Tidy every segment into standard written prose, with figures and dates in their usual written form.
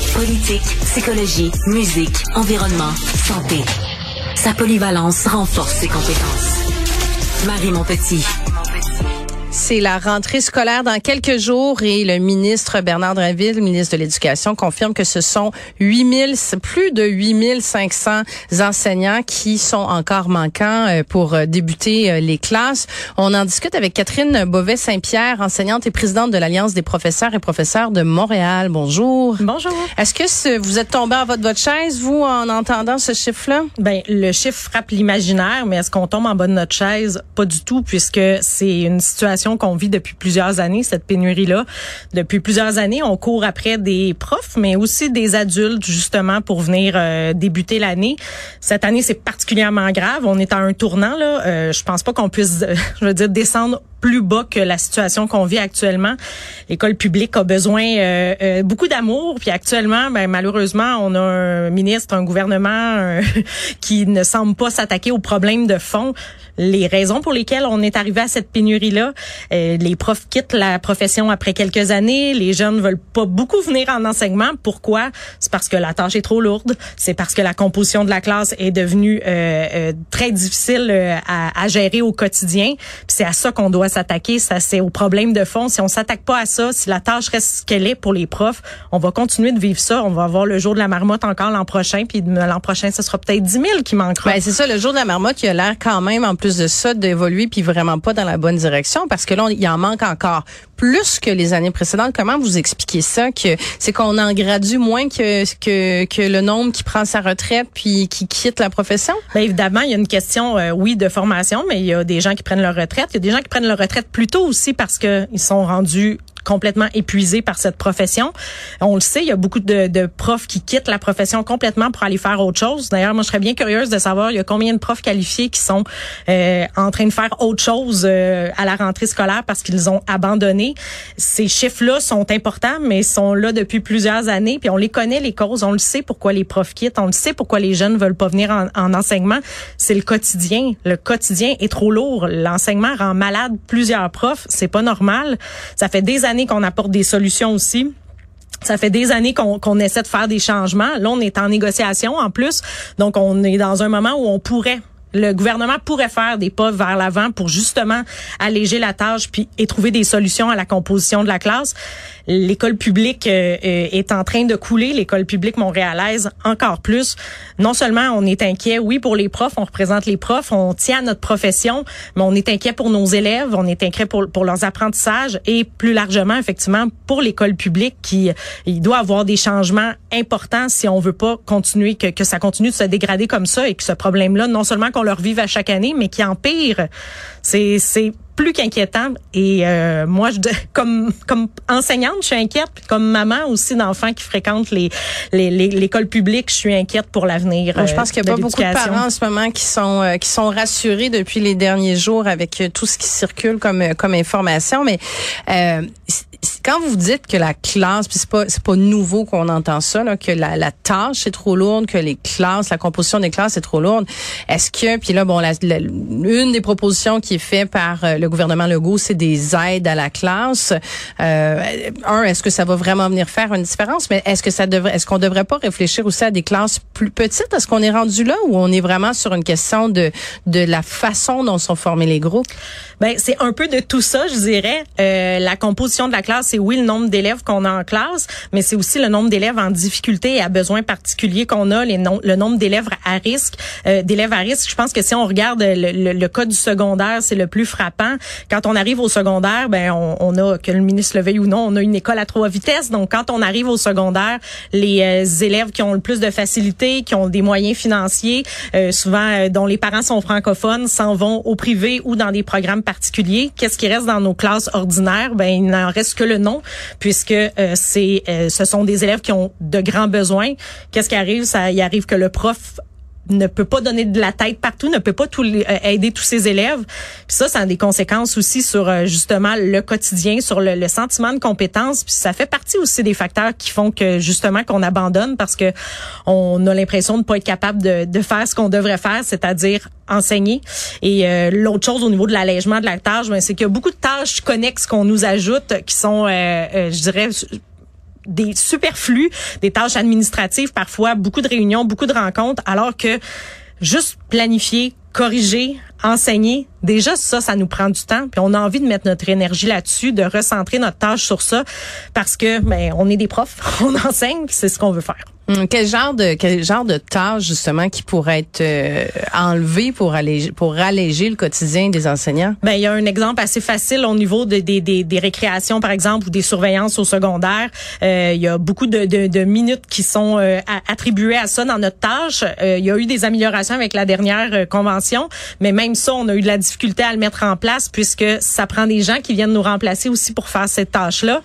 Politique, psychologie, musique, environnement, santé. Sa polyvalence renforce ses compétences. Marie Montpetit. C'est la rentrée scolaire dans quelques jours et le ministre Bernard Drinville, ministre de l'Éducation, confirme que ce sont plus de 8500 enseignants qui sont encore manquants pour débuter les classes. On en discute avec Catherine Beauvais-Saint-Pierre, enseignante et présidente de l'Alliance des professeurs et professeurs de Montréal. Bonjour. Bonjour. Est-ce que vous êtes tombé en bas de votre chaise, vous, en entendant ce chiffre-là? Ben, le chiffre frappe l'imaginaire, mais est-ce qu'on tombe en bas de notre chaise? Pas du tout, puisque c'est une situation qu'on vit depuis plusieurs années, cette pénurie-là. Depuis plusieurs années, on court après des profs, mais aussi des adultes, justement, pour venir débuter l'année. Cette année, c'est particulièrement grave. On est à un tournant, là. Je pense pas qu'on puisse, descendre plus bas que la situation qu'on vit actuellement. L'école publique a besoin beaucoup d'amour, puis actuellement, ben malheureusement, on a un ministre, un gouvernement qui ne semble pas s'attaquer aux problèmes de fond. Les raisons pour lesquelles on est arrivé à cette pénurie-là, les profs quittent la profession après quelques années, les jeunes veulent pas beaucoup venir en enseignement. Pourquoi? C'est parce que la tâche est trop lourde, c'est parce que la composition de la classe est devenue très difficile à gérer au quotidien. Puis c'est à ça qu'on doit s'attaquer, ça c'est au problème de fond. Si on s'attaque pas à ça, si la tâche reste ce qu'elle est pour les profs, on va continuer de vivre ça. On va avoir le jour de la marmotte encore l'an prochain, puis l'an prochain, ce sera peut-être 10 000 qui manqueront. Ben c'est ça, le jour de la marmotte, il a l'air quand même, en plus de ça, d'évoluer, puis vraiment pas dans la bonne direction, parce que là, il en manque encore plus que les années précédentes. Comment vous expliquez ça, que c'est qu'on en gradue moins que le nombre qui prend sa retraite puis qui quitte la profession? Ben évidemment, il y a une question, oui, de formation, mais il y a des gens qui prennent leur retraite. Il y a des gens qui prennent leur retraite plus tôt aussi parce que ils sont rendus complètement épuisés par cette profession. On le sait, il y a beaucoup de profs qui quittent la profession complètement pour aller faire autre chose. D'ailleurs, moi, je serais bien curieuse de savoir il y a combien de profs qualifiés qui sont en train de faire autre chose à la rentrée scolaire parce qu'ils ont abandonné. Ces chiffres-là sont importants, mais sont là depuis plusieurs années, puis on les connaît, les causes. On le sait pourquoi les profs quittent. On le sait pourquoi les jeunes veulent pas venir en enseignement. C'est le quotidien. Le quotidien est trop lourd. L'enseignement rend malade plusieurs profs. C'est pas normal. Ça fait des années qu'on apporte des solutions aussi. Ça fait des années qu'on essaie de faire des changements. Là, on est en négociation en plus. Donc, on est dans un moment où le gouvernement pourrait faire des pas vers l'avant pour justement alléger la tâche et trouver des solutions à la composition de la classe. L'école publique est en train de couler, l'école publique montréalaise encore plus. Non seulement on est inquiet, oui, pour les profs, on représente les profs, on tient à notre profession, mais on est inquiet pour nos élèves, on est inquiet pour leurs apprentissages et plus largement, effectivement, pour l'école publique il doit avoir des changements importants si on veut pas continuer, que ça continue de se dégrader comme ça et que ce problème-là, non seulement qu'on le revive à chaque année, mais qui empire. C'est plus qu'inquiétant. Et moi, comme enseignante, je suis inquiète. Puis comme maman aussi d'enfants qui fréquentent l'école publique, je suis inquiète pour l'avenir. Je pense qu'il y a pas beaucoup de parents en ce moment qui sont rassurés depuis les derniers jours avec tout ce qui circule comme information. Mais quand vous dites que la classe, puis c'est pas nouveau qu'on entend ça, là, que la tâche est trop lourde, que la composition des classes est trop lourde. Est-ce que, puis là, bon, une des propositions qui est faite par le gouvernement Legault, c'est des aides à la classe. Est-ce que ça va vraiment venir faire une différence? Mais est-ce qu'on devrait pas réfléchir aussi à des classes plus petites? Est-ce qu'on est rendu là ou on est vraiment sur une question de la façon dont sont formés les groupes? Ben, c'est un peu de tout ça, je dirais. La composition de la classe, c'est oui le nombre d'élèves qu'on a en classe, mais c'est aussi le nombre d'élèves en difficulté et à besoins particuliers qu'on a, le nombre d'élèves à risque. Je pense que si on regarde le cas du secondaire, c'est le plus frappant. Quand on arrive au secondaire, ben on a, que le ministre le veuille ou non, on a une école à 3 vitesses. Donc quand on arrive au secondaire, les élèves qui ont le plus de facilité, qui ont des moyens financiers, souvent dont les parents sont francophones, s'en vont au privé ou dans des programmes particuliers. Qu'est-ce qui reste dans nos classes ordinaires? Ben il n'en reste que le nom, puisque ce sont des élèves qui ont de grands besoins. Qu'est-ce qui arrive? Il arrive que le prof ne peut pas donner de la tête partout, ne peut pas aider tous ses élèves. Puis ça a des conséquences aussi sur justement le quotidien, sur le sentiment de compétence. Puis ça fait partie aussi des facteurs qui font que justement qu'on abandonne parce que on a l'impression de ne pas être capable de faire ce qu'on devrait faire, c'est-à-dire enseigner. Et l'autre chose au niveau de l'allègement de la tâche, ben, c'est qu'il y a beaucoup de tâches connexes qu'on nous ajoute qui sont, je dirais, des superflus, des tâches administratives, parfois beaucoup de réunions, beaucoup de rencontres, alors que juste planifier, corriger, enseigner, déjà ça nous prend du temps, puis on a envie de mettre notre énergie là-dessus, de recentrer notre tâche sur ça, parce que on est des profs, on enseigne, c'est ce qu'on veut faire. Quel genre de tâches justement qui pourraient être enlevées pour alléger le quotidien des enseignants? Il y a un exemple assez facile au niveau des récréations par exemple ou des surveillances au secondaire. Il y a beaucoup de minutes qui sont attribuées à ça dans notre tâche. Il y a eu des améliorations avec la dernière convention, mais même ça, on a eu de la difficulté à le mettre en place puisque ça prend des gens qui viennent nous remplacer aussi pour faire cette tâche-là.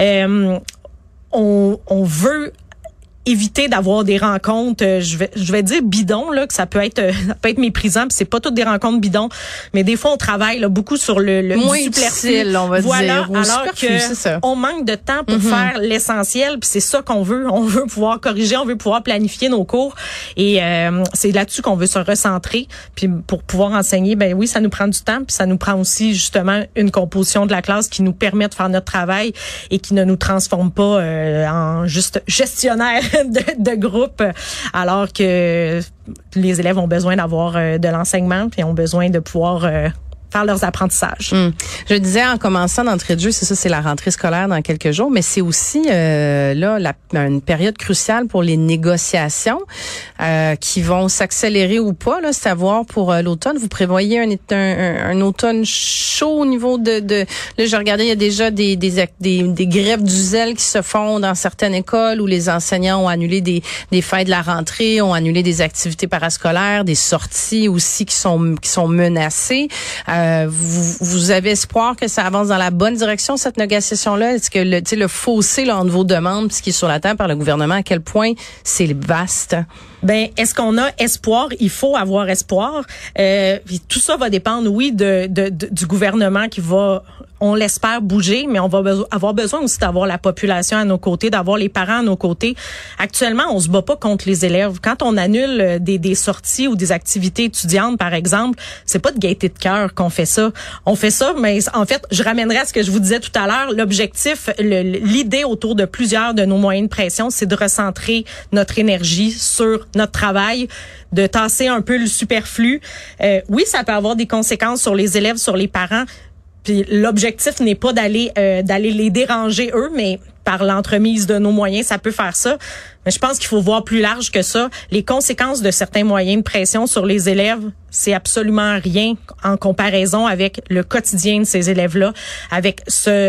On veut éviter d'avoir des rencontres, je vais dire bidons là, que ça peut être méprisant, puis c'est pas toutes des rencontres bidons, mais des fois on travaille là, beaucoup sur le superflu, on va dire, alors que on manque de temps pour faire l'essentiel, puis c'est ça qu'on veut, on veut pouvoir corriger, on veut pouvoir planifier nos cours et c'est là-dessus qu'on veut se recentrer, puis pour pouvoir enseigner, oui, ça nous prend du temps, puis ça nous prend aussi justement une composition de la classe qui nous permet de faire notre travail et qui ne nous transforme pas en juste gestionnaire de groupe, alors que les élèves ont besoin d'avoir de l'enseignement puis ont besoin de pouvoir faire leurs apprentissages. Je disais en commençant d'entrée de jeu, c'est la rentrée scolaire dans quelques jours, mais c'est aussi une période cruciale pour les négociations qui vont s'accélérer ou pas, là, c'est à voir pour l'automne. Vous prévoyez un automne chaud au niveau de là, je regardais, il y a déjà des grèves du zèle qui se font dans certaines écoles où les enseignants ont annulé des fêtes de la rentrée, ont annulé des activités parascolaires, des sorties aussi qui sont menacées. Vous avez espoir que ça avance dans la bonne direction, cette négociation-là? Est-ce que le fossé là, entre vos demandes, ce qui est sur la table par le gouvernement, à quel point c'est vaste? Est-ce qu'on a espoir? Il faut avoir espoir. Puis tout ça va dépendre, oui, du gouvernement qui va, on l'espère, bouger, mais on va avoir besoin aussi d'avoir la population à nos côtés, d'avoir les parents à nos côtés. Actuellement, on se bat pas contre les élèves. Quand on annule des sorties ou des activités étudiantes, par exemple, c'est pas de gaieté de cœur qu'on fait ça. On fait ça, mais en fait, je ramènerai à ce que je vous disais tout à l'heure. L'objectif, l'idée autour de plusieurs de nos moyens de pression, c'est de recentrer notre énergie sur notre travail, de tasser un peu le superflu. Oui, ça peut avoir des conséquences sur les élèves, sur les parents. Puis l'objectif n'est pas d'aller les déranger eux, mais par l'entremise de nos moyens, ça peut faire ça. Mais je pense qu'il faut voir plus large que ça. Les conséquences de certains moyens de pression sur les élèves, c'est absolument rien en comparaison avec le quotidien de ces élèves-là, avec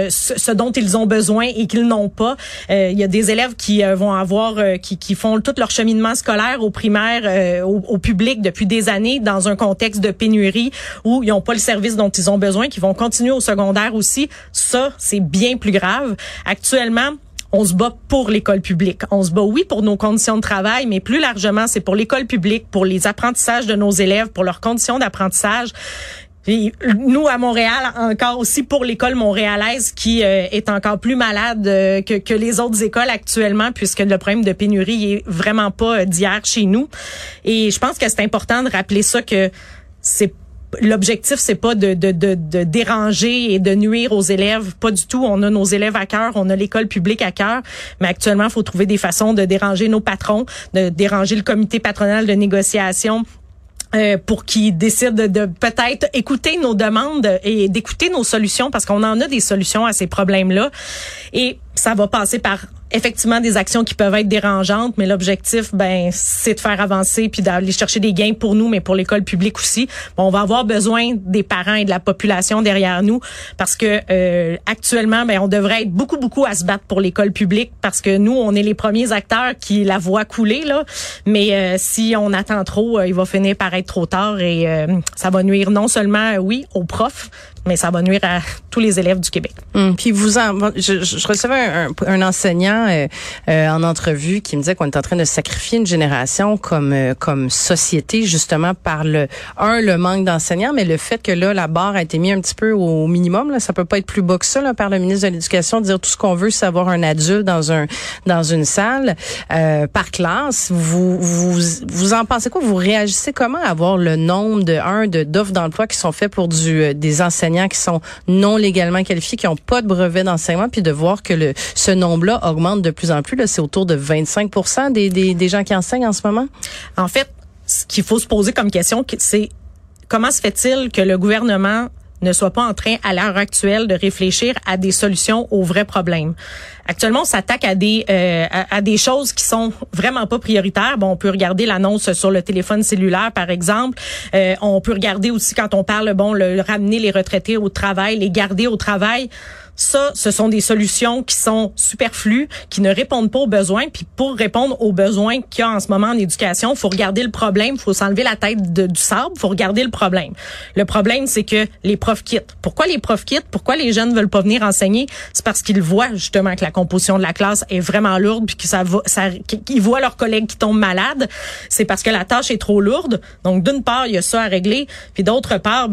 ce dont ils ont besoin et qu'ils n'ont pas. Il y a des élèves qui vont avoir, qui font tout leur cheminement scolaire au primaire, au public depuis des années, dans un contexte de pénurie où ils n'ont pas le service dont ils ont besoin, qui vont continuer au secondaire aussi. Ça, c'est bien plus grave. Actuellement, on se bat pour l'école publique. On se bat, oui, pour nos conditions de travail, mais plus largement, c'est pour l'école publique, pour les apprentissages de nos élèves, pour leurs conditions d'apprentissage. Puis nous, à Montréal, encore aussi pour l'école montréalaise qui est encore plus malade que les autres écoles actuellement, puisque le problème de pénurie est vraiment pas d'hier chez nous. Et je pense que c'est important de rappeler ça, que l'objectif, c'est pas de déranger et de nuire aux élèves. Pas du tout. On a nos élèves à cœur. On a l'école publique à cœur. Mais actuellement, il faut trouver des façons de déranger nos patrons, de déranger le comité patronal de négociation, pour qu'ils décident de peut-être écouter nos demandes et d'écouter nos solutions, parce qu'on en a des solutions à ces problèmes-là. Et ça va passer par effectivement des actions qui peuvent être dérangeantes, mais l'objectif, c'est de faire avancer puis d'aller chercher des gains pour nous, mais pour l'école publique aussi. Bon, on va avoir besoin des parents et de la population derrière nous, parce que actuellement, on devrait être beaucoup à se battre pour l'école publique, parce que nous, on est les premiers acteurs qui la voient couler là. Mais si on attend trop, il va finir par être trop tard et ça va nuire non seulement, oui, aux profs, mais ça va nuire à tous les élèves du Québec. Puis je recevais un enseignant en entrevue qui me disait qu'on est en train de sacrifier une génération comme société, justement par le manque d'enseignants, mais le fait que là la barre a été mise un petit peu au minimum, là, ça peut pas être plus bas que ça là, par le ministre de l'Éducation, de dire tout ce qu'on veut, c'est avoir un adulte dans une salle par classe. Vous en pensez quoi? Vous réagissez comment à avoir le nombre d'offres d'emploi qui sont faites pour des enseignants enseignants qui sont non légalement qualifiés, qui n'ont pas de brevet d'enseignement, puis de voir que ce nombre-là augmente de plus en plus. Là, c'est autour de 25% des gens qui enseignent en ce moment. En fait, ce qu'il faut se poser comme question, c'est comment se fait-il que le gouvernement ne soit pas en train, à l'heure actuelle, de réfléchir à des solutions aux vrais problèmes. Actuellement, on s'attaque à des choses qui sont vraiment pas prioritaires. Bon, on peut regarder l'annonce sur le téléphone cellulaire, par exemple. On peut regarder aussi quand on parle, ramener les retraités au travail, les garder au travail. Ça, ce sont des solutions qui sont superflues, qui ne répondent pas aux besoins. Puis pour répondre aux besoins qu'il y a en ce moment en éducation, il faut regarder le problème, il faut s'enlever la tête du sable, il faut regarder le problème. Le problème, c'est que les profs quittent. Pourquoi les profs quittent? Pourquoi les jeunes veulent pas venir enseigner? C'est parce qu'ils voient justement que la composition de la classe est vraiment lourde, puis que qu'ils voient leurs collègues qui tombent malades. C'est parce que la tâche est trop lourde. Donc d'une part, il y a ça à régler, puis d'autre part,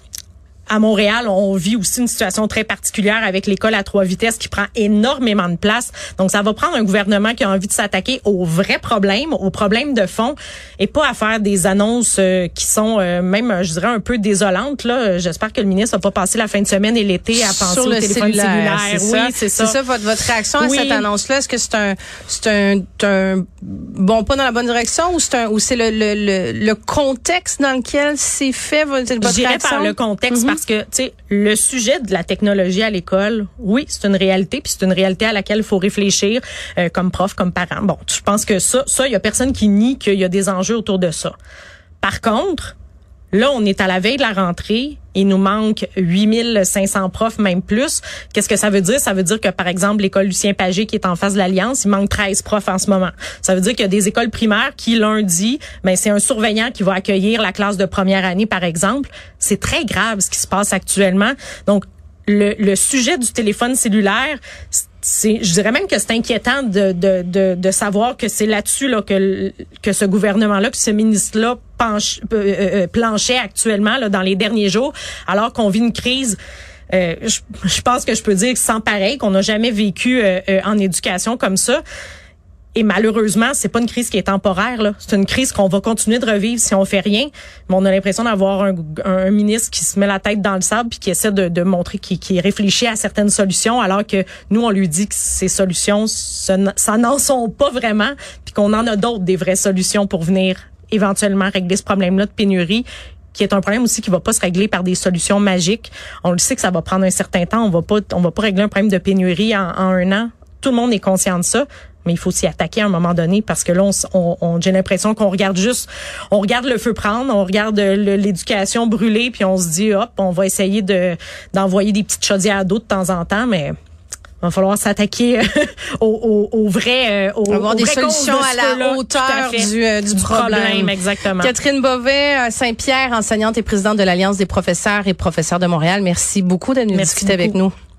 à Montréal, on vit aussi une situation très particulière avec l'école à 3 vitesses qui prend énormément de place. Donc, ça va prendre un gouvernement qui a envie de s'attaquer aux vrais problèmes, aux problèmes de fond, et pas à faire des annonces qui sont même, je dirais, un peu désolantes. Là, j'espère que le ministre va pas passer la fin de semaine et l'été à penser au téléphone cellulaire. C'est ça. Votre réaction à cette annonce-là, est-ce que c'est un bon pas dans la bonne direction ou c'est le contexte dans lequel c'est fait votre réaction? Je dirais par le contexte, parce que, tu sais, le sujet de la technologie à l'école, oui, c'est une réalité, puis c'est une réalité à laquelle il faut réfléchir comme prof, comme parent. Bon, je pense que ça, il y a personne qui nie qu'il y a des enjeux autour de ça. Par contre, là, on est à la veille de la rentrée. Il nous manque 8500 profs, même plus. Qu'est-ce que ça veut dire? Ça veut dire que, par exemple, l'école Lucien Pagé, qui est en face de l'Alliance, il manque 13 profs en ce moment. Ça veut dire qu'il y a des écoles primaires qui, lundi, c'est un surveillant qui va accueillir la classe de première année, par exemple. C'est très grave ce qui se passe actuellement. Donc, le sujet du téléphone cellulaire, je dirais même que c'est inquiétant de savoir que c'est là-dessus là que ce gouvernement-là, que ce ministre-là planchait actuellement là dans les derniers jours, alors qu'on vit une crise. Je pense que je peux dire sans pareil, qu'on n'a jamais vécu en éducation comme ça. Et malheureusement, c'est pas une crise qui est temporaire, là. C'est une crise qu'on va continuer de revivre si on fait rien. Mais on a l'impression d'avoir un ministre qui se met la tête dans le sable puis qui essaie de montrer qu'il réfléchit à certaines solutions, alors que nous, on lui dit que ces solutions, ça n'en sont pas vraiment, puis qu'on en a d'autres, des vraies solutions pour venir éventuellement régler ce problème-là de pénurie, qui est un problème aussi qui va pas se régler par des solutions magiques. On le sait que ça va prendre un certain temps. On va pas régler un problème de pénurie en 1 an. Tout le monde est conscient de ça. Mais il faut s'y attaquer à un moment donné, parce que là, j'ai l'impression qu'on regarde le feu prendre, on regarde l'éducation brûler, puis on se dit, hop, on va essayer d'envoyer des petites chaudières d'eau de temps en temps, mais il va falloir s'attaquer aux vrais avoir des solutions à la hauteur du problème. Exactement. Catherine Beauvais, Saint-Pierre, enseignante et présidente de l'Alliance des professeurs et professeurs de Montréal. Merci beaucoup d'être venue discuter avec nous.